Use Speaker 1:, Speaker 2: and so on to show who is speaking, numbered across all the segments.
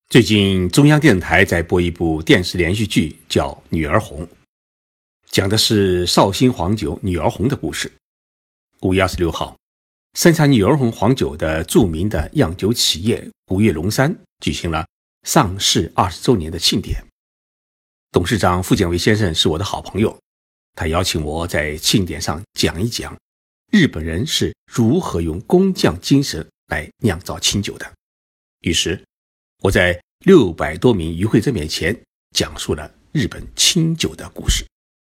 Speaker 1: 最近中央电视台在播一部电视连续剧，叫《女儿红》，讲的是绍兴黄酒女儿红的故事。5月26号，生产女儿红黄酒的著名的酿酒企业古越龙山举行了上市20周年的庆典。董事长傅建维先生是我的好朋友，他邀请我在庆典上讲一讲日本人是如何用工匠精神来酿造清酒的。于是我在600多名与会者面前讲述了日本清酒的故事。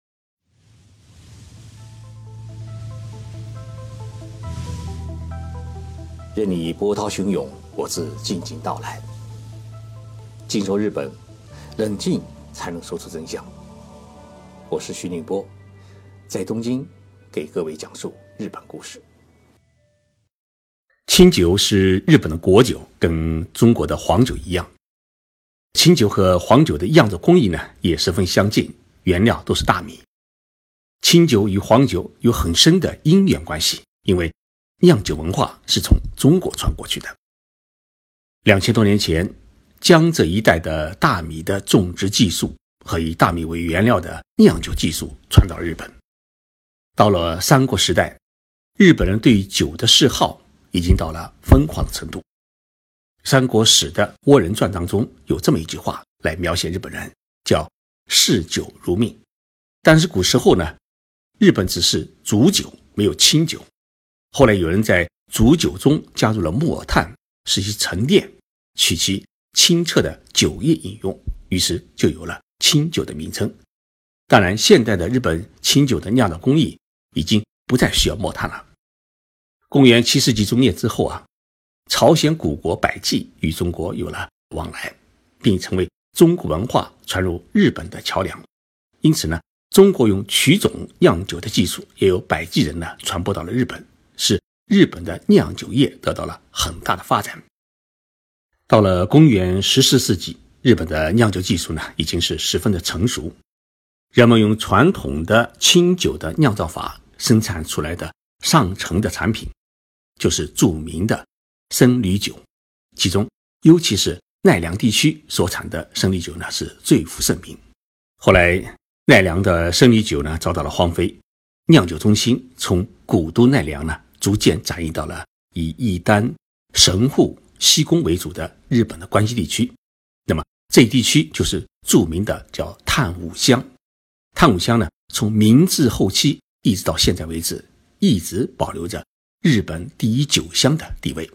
Speaker 1: 任你波涛汹涌，我自静静到来。静说日本，冷静才能说出真相。我是徐宁波，在东京给各位讲述日本故事。清酒是日本的国酒，跟中国的黄酒一样。清酒和黄酒的酿造工艺呢也十分相近，原料都是大米。清酒与黄酒有很深的因缘关系，因为酿酒文化是从中国传过去的。2000多年前，江浙一带的大米的种植技术和以大米为原料的酿酒技术传到日本。到了三国时代，日本人对于酒的嗜好已经到了疯狂的程度。三国史的《倭人传》当中有这么一句话来描写日本人，叫嗜酒如命。但是古时候呢，日本只是煮酒，没有清酒。后来有人在煮酒中加入了木炭，使其沉淀，取其清澈的酒液饮用，于是就有了清酒的名称。当然，现代的日本清酒的酿造工艺已经不再需要木炭了。公元7世纪中叶之后朝鲜古国百济与中国有了往来，并成为中国文化传入日本的桥梁。因此呢，中国用曲种酿酒的技术也由百济人呢传播到了日本，使日本的酿酒业得到了很大的发展。到了公元14世纪，日本的酿酒技术呢已经是十分的成熟，人们用传统的清酒的酿造法生产出来的上乘的产品，就是著名的生理酒，其中尤其是奈良地区所产的生理酒呢是最负盛名。后来奈良的生理酒呢遭到了荒废，酿酒中心从古都奈良呢逐渐转移到了以义丹、神户、西宫为主的日本的关西地区。那么这一地区就是著名的叫炭武乡。炭武乡呢从明治后期一直到现在为止，一直保留着日本第一酒乡的地位。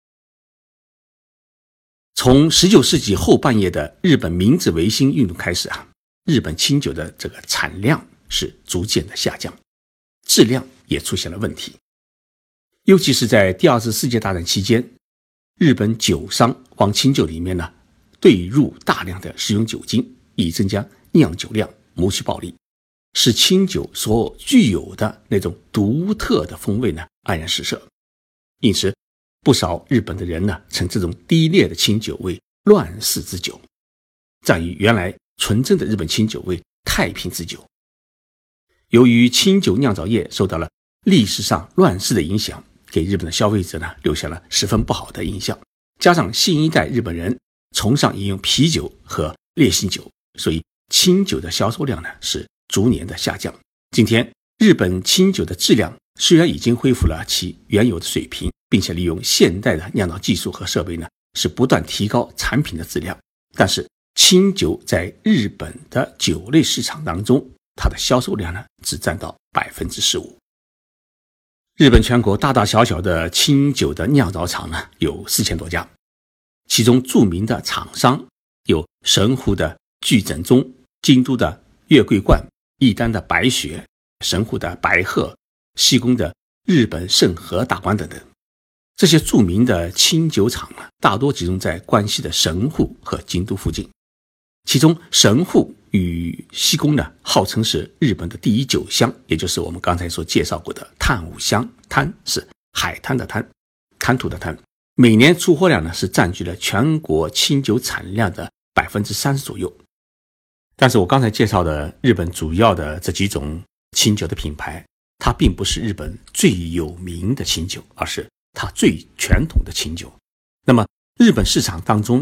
Speaker 1: 从19世纪后半叶的日本明治维新运动开始日本清酒的这个产量是逐渐的下降，质量也出现了问题。尤其是在第二次世界大战期间，日本酒商往清酒里面呢兑入大量的食用酒精，以增加酿酒量，谋取暴利，使清酒所具有的那种独特的风味呢黯然失色。因此不少日本的人呢称这种低劣的清酒为乱世之酒，暂与原来纯正的日本清酒为太平之酒。由于清酒酿造业受到了历史上乱世的影响，给日本的消费者呢留下了十分不好的印象，加上新一代日本人崇尚饮用啤酒和烈性酒，所以清酒的销售量呢是逐年的下降。今天日本清酒的质量虽然已经恢复了其原有的水平，并且利用现代的酿造技术和设备呢是不断提高产品的质量，但是清酒在日本的酒类市场当中，它的销售量呢只占到 15%。 日本全国大大小小的清酒的酿造厂呢有4000多家，其中著名的厂商有神户的具整宗、京都的月桂冠、义丹的白雪、神户的白鹤、西宫的日本盛和大馆等等。这些著名的清酒厂呢大多集中在关西的神户和京都附近，其中神户与西宫呢号称是日本的第一酒乡，也就是我们刚才所介绍过的炭武乡。炭是海滩的滩，滩涂的滩。每年出货量呢是占据了全国清酒产量的 30% 左右。但是我刚才介绍的日本主要的这几种清酒的品牌，它并不是日本最有名的清酒，而是它最传统的清酒。那么日本市场当中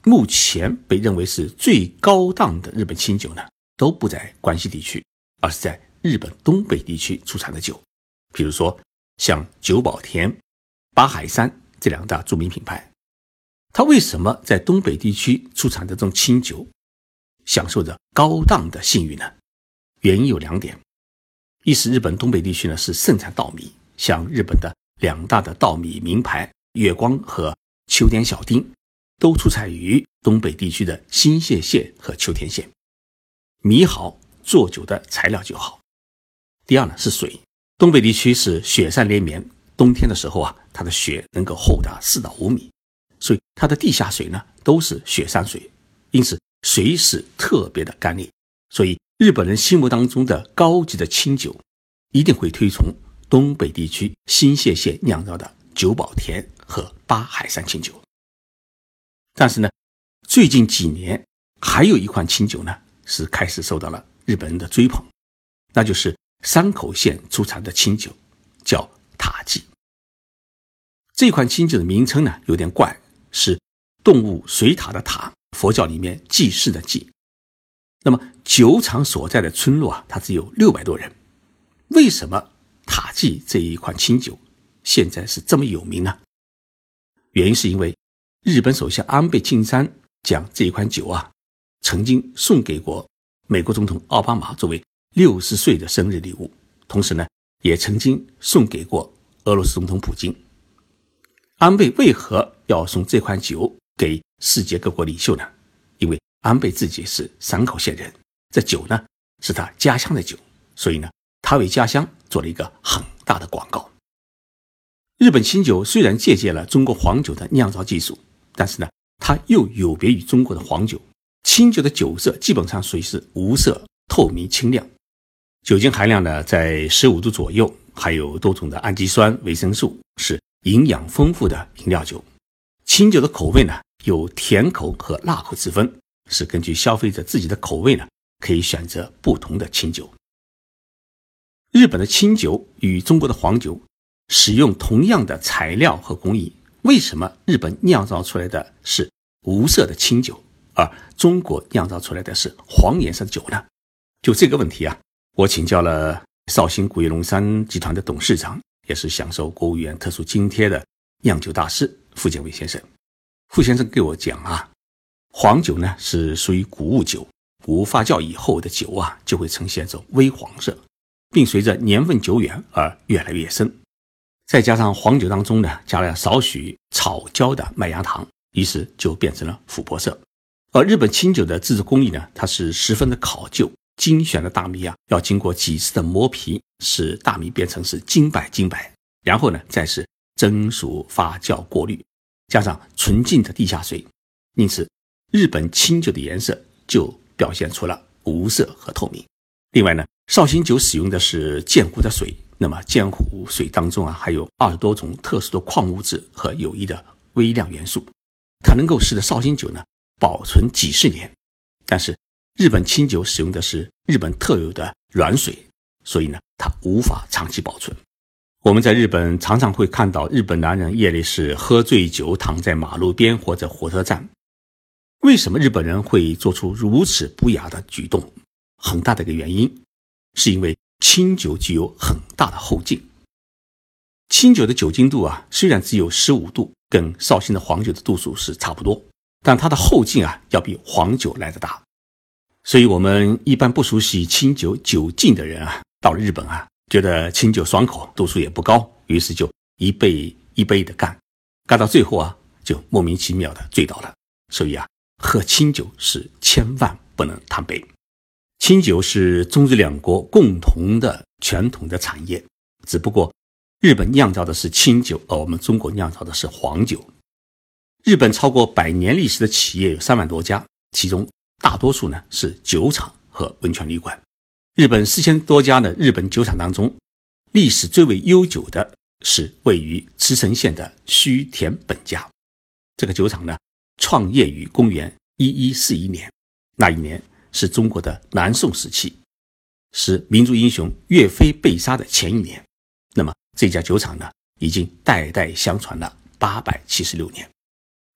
Speaker 1: 目前被认为是最高档的日本清酒呢，都不在关西地区，而是在日本东北地区出产的酒。比如说像久保田、八海山这两大著名品牌，它为什么在东北地区出产的这种清酒享受着高档的信誉呢？原因有2点。一是日本东北地区呢是盛产稻米，像日本的2大的稻米名牌月光和秋田小町都出产于东北地区的新泻县和秋田县。米好，做酒的材料就好。第二呢是水，东北地区是雪山连绵，冬天的时候啊，它的雪能够厚达4到5米，所以它的地下水呢都是雪山水，因此水是特别的干裂。所以日本人心目当中的高级的清酒一定会推崇东北地区新泻县酿造的久保田和八海山清酒。但是呢，最近几年还有一款清酒呢是开始受到了日本人的追捧，那就是山口县出产的清酒，叫塔祭。这款清酒的名称呢有点怪，是动物水獭的塔，佛教里面祭祀的祭。那么酒厂所在的村落啊，它只有600多人。为什么塔祭这一款清酒现在是这么有名呢？原因是因为日本首相安倍晋三将这一款酒啊，曾经送给过美国总统奥巴马作为60岁的生日礼物，同时呢，也曾经送给过俄罗斯总统普京。安倍为何要送这款酒给世界各国领袖呢？因为安倍自己是山口县人，这酒呢是他家乡的酒，所以呢，他为家乡做了一个很大的广告。日本清酒虽然借鉴了中国黄酒的酿造技术，但是呢，它又有别于中国的黄酒。清酒的酒色基本上属于是无色、透明、清亮，酒精含量呢在15度左右，还有多种的氨基酸、维生素，是营养丰富的饮料酒。清酒的口味呢有甜口和辣口之分，是根据消费者自己的口味呢可以选择不同的清酒。日本的清酒与中国的黄酒使用同样的材料和工艺，为什么日本酿造出来的是无色的清酒，而中国酿造出来的是黄颜色的酒呢？就这个问题啊，我请教了绍兴古越龙山集团的董事长，也是享受国务院特殊津贴的酿酒大师傅建伟先生。傅先生给我讲啊，黄酒呢是属于谷物酒，谷物发酵以后的酒啊就会呈现一种微黄色，并随着年份久远而越来越深。再加上黄酒当中呢加了少许炒焦的麦芽糖，于是就变成了琥珀色。而日本清酒的制作工艺呢，它是十分的考究，精选的大米啊要经过几次的磨皮，使大米变成是金白，然后呢再是蒸熟、发酵、过滤，加上纯净的地下水，因此日本清酒的颜色就表现出了无色和透明。另外呢，绍兴酒使用的是鉴湖的水，那么鉴湖水当中啊还有20多种特殊的矿物质和有益的微量元素，它能够使得绍兴酒呢保存几十年。但是日本清酒使用的是日本特有的软水，所以呢它无法长期保存。我们在日本常常会看到日本男人夜里是喝醉酒躺在马路边或者火车站。为什么日本人会做出如此不雅的举动？很大的一个原因是因为清酒具有很大的后劲。清酒的酒精度啊虽然只有15度，跟绍兴的黄酒的度数是差不多，但它的后劲啊要比黄酒来得大。所以我们一般不熟悉清酒酒劲的人啊，到了日本啊觉得清酒爽口，度数也不高，于是就一杯一杯的干到最后啊就莫名其妙的醉倒了。所以啊，喝清酒是千万不能贪杯。清酒是中日两国共同的传统的产业，只不过日本酿造的是清酒，而我们中国酿造的是黄酒。日本超过100年历史的企业有3万多家，其中大多数呢是酒厂和温泉旅馆。日本4000多家的日本酒厂当中，历史最为悠久的是位于茨城县的须田本家。这个酒厂呢创业于公元1141年，那一年是中国的南宋时期，是民族英雄岳飞被杀的前一年。那么这家酒厂呢已经代代相传了876年。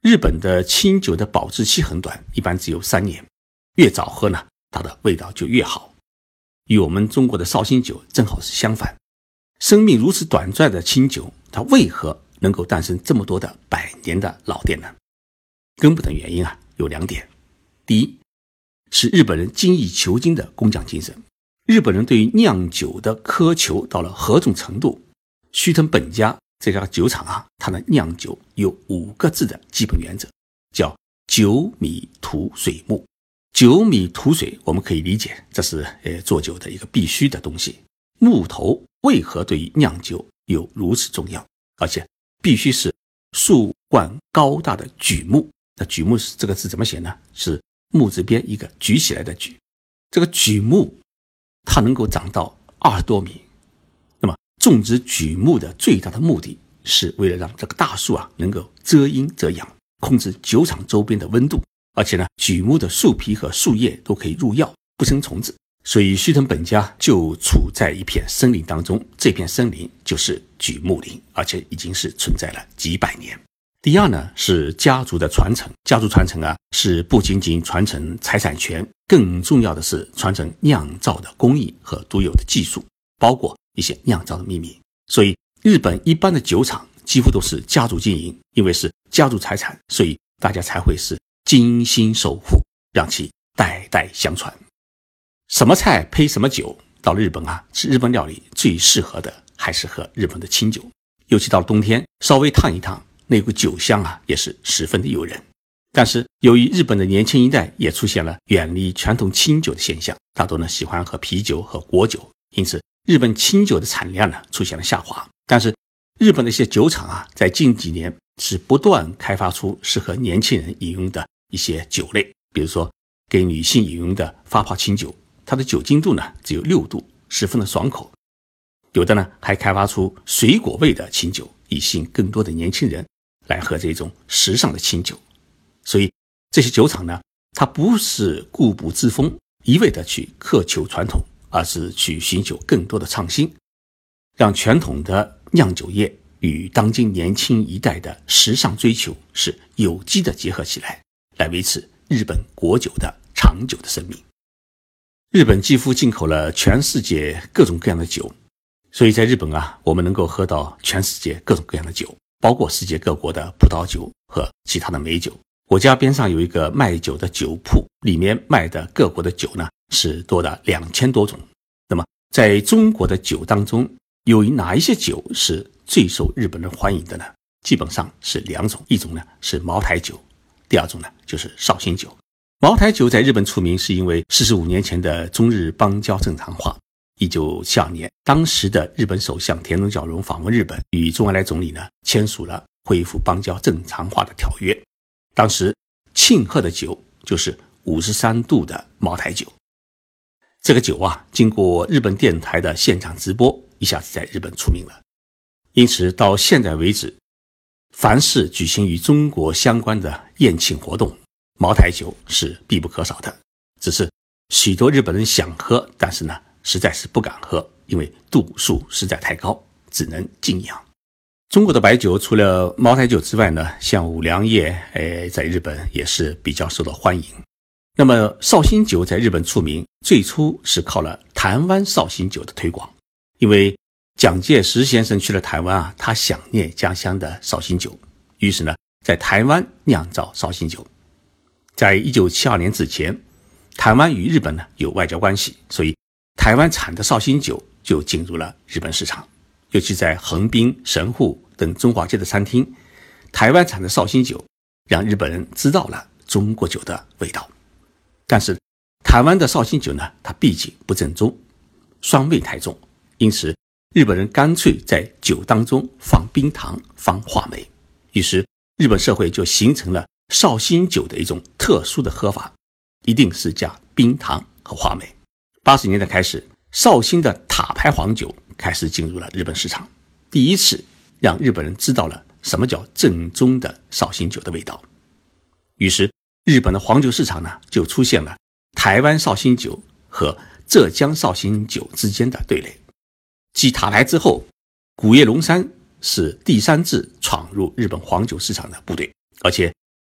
Speaker 1: 日本的清酒的保质期很短，一般只有3年，越早喝呢，它的味道就越好。与我们中国的绍兴酒正好是相反，生命如此短暂的清酒，它为何能够诞生这么多的100年的老店呢？根本的原因有2点。第一，是日本人精益求精的工匠精神。日本人对于酿酒的苛求到了何种程度？须藤本家这家酒厂它的酿酒有5个字的基本原则，叫酒米土水木。酒米土水我们可以理解，这是做酒的一个必须的东西。木头为何对于酿酒有如此重要？而且必须是树冠高大的榉木。那榉木这个字怎么写呢？是木字边一个举起来的举。这个榉木它能够长到20多米。那么种植榉木的最大的目的是为了让这个大树能够遮阴遮阳，控制酒厂周边的温度。而且呢，榉木的树皮和树叶都可以入药，不生虫子。所以须藤本家就处在一片森林当中，这片森林就是榉木林，而且已经是存在了几百年。第二呢，是家族的传承。家族传承是不仅仅传承财产权，更重要的是传承酿造的工艺和独有的技术，包括一些酿造的秘密。所以日本一般的酒厂几乎都是家族经营，因为是家族财产，所以大家才会是精心守护，让其代代相传。什么菜配什么酒，到了日本吃日本料理最适合的还是喝日本的清酒。尤其到了冬天，稍微烫一烫，那股酒香也是十分的诱人。但是由于日本的年轻一代也出现了远离传统清酒的现象，大多喜欢喝啤酒和果酒，因此日本清酒的产量出现了下滑。但是日本的一些酒厂在近几年是不断开发出适合年轻人饮用的一些酒类，比如说给女性饮用的发泡清酒，它的酒精度只有6度，十分的爽口。有的还开发出水果味的清酒，以吸引更多的年轻人来喝这种时尚的清酒。所以这些酒厂它不是固步自封，一味的去苛求传统，而是去寻求更多的创新，让传统的酿酒业与当今年轻一代的时尚追求是有机的结合起来，来维持日本国酒的长久的生命。日本几乎进口了全世界各种各样的酒，所以在日本我们能够喝到全世界各种各样的酒，包括世界各国的葡萄酒和其他的美酒。我家边上有一个卖酒的酒铺，里面卖的各国的酒是多达2000多种。那么在中国的酒当中，有哪一些酒是最受日本人欢迎的呢？基本上是2种，一种是茅台酒，第二种就是绍兴酒。茅台酒在日本出名是因为45年前的中日邦交正常化。1972年，当时的日本首相田中角荣访问日本，与周恩来总理签署了恢复邦交正常化的条约。当时庆贺的酒就是53度的茅台酒。这个酒经过日本电台的现场直播，一下子在日本出名了。因此到现在为止，凡是举行与中国相关的宴请活动，茅台酒是必不可少的。只是许多日本人想喝，但是实在是不敢喝，因为度数实在太高，只能敬仰。中国的白酒除了茅台酒之外像五粮液在日本也是比较受到欢迎。那么绍兴酒在日本出名，最初是靠了台湾绍兴酒的推广。因为蒋介石先生去了台湾他想念家乡的绍兴酒，于是在台湾酿造绍兴酒。在1972年之前，台湾与日本有外交关系，所以台湾产的绍兴酒就进入了日本市场。尤其在横滨、神户等中华街的餐厅，台湾产的绍兴酒让日本人知道了中国酒的味道。但是台湾的绍兴酒它毕竟不正宗，酸味太重，因此日本人干脆在酒当中放冰糖、放话梅。于是日本社会就形成了绍兴酒的一种特殊的喝法，一定是加冰糖和话梅。80年代开始，绍兴的塔牌黄酒开始进入了日本市场，第一次让日本人知道了什么叫正宗的绍兴酒的味道。于是日本的黄酒市场就出现了台湾绍兴酒和浙江绍兴酒之间的对垒。继塔牌之后，古叶龙山是第3支闯入日本黄酒市场的部队，而且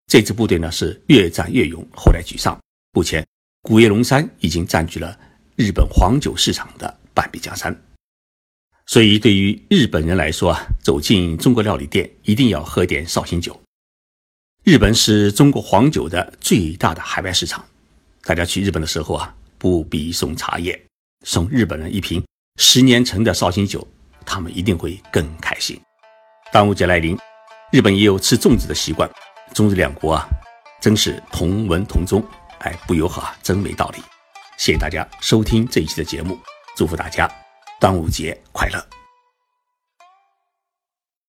Speaker 1: 这支部队呢是越战越勇，后来居上。目前古越龙山已经占据了日本黄酒市场的半壁江山。所以对于日本人来说走进中国料理店一定要喝点绍兴酒。日本是中国黄酒的最大的海外市场，大家去日本的时候不必送茶叶，送日本人一瓶10年陈的绍兴酒，他们一定会更开心。端午节来临，日本也有吃粽子的习惯，中日两国真是同文同宗，不友好真没道理。谢谢大家收听这一期的节目，祝福大家端午节快乐。